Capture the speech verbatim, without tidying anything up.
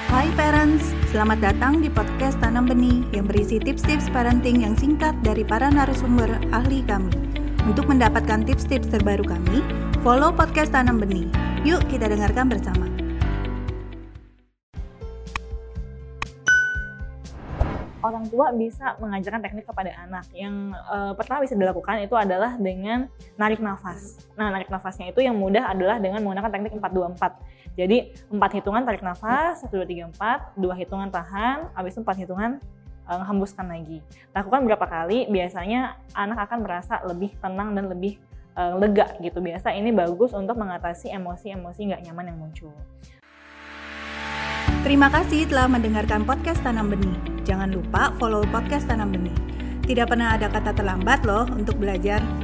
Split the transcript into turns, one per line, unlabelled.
Hai parents, selamat datang di podcast Tanam Benih yang berisi tips-tips parenting yang singkat dari para narasumber ahli kami. Untuk mendapatkan tips-tips terbaru kami, follow podcast Tanam Benih. Yuk kita dengarkan bersama.
Orang tua bisa mengajarkan teknik kepada anak. Yang uh, pertama bisa dilakukan itu adalah dengan narik nafas. Nah, narik nafasnya itu yang mudah adalah dengan menggunakan teknik empat dua empat. Jadi, empat hitungan tarik nafas, satu dua tiga empat, dua hitungan tahan, habis itu empat hitungan uh, hembuskan lagi. Lakukan berapa kali, biasanya anak akan merasa lebih tenang dan lebih uh, lega gitu. Biasa ini bagus untuk mengatasi emosi-emosi nggak nyaman yang muncul.
Terima kasih telah mendengarkan podcast Tanam Benih. Jangan lupa follow podcast Tanam Benih. Tidak pernah ada kata terlambat loh untuk belajar.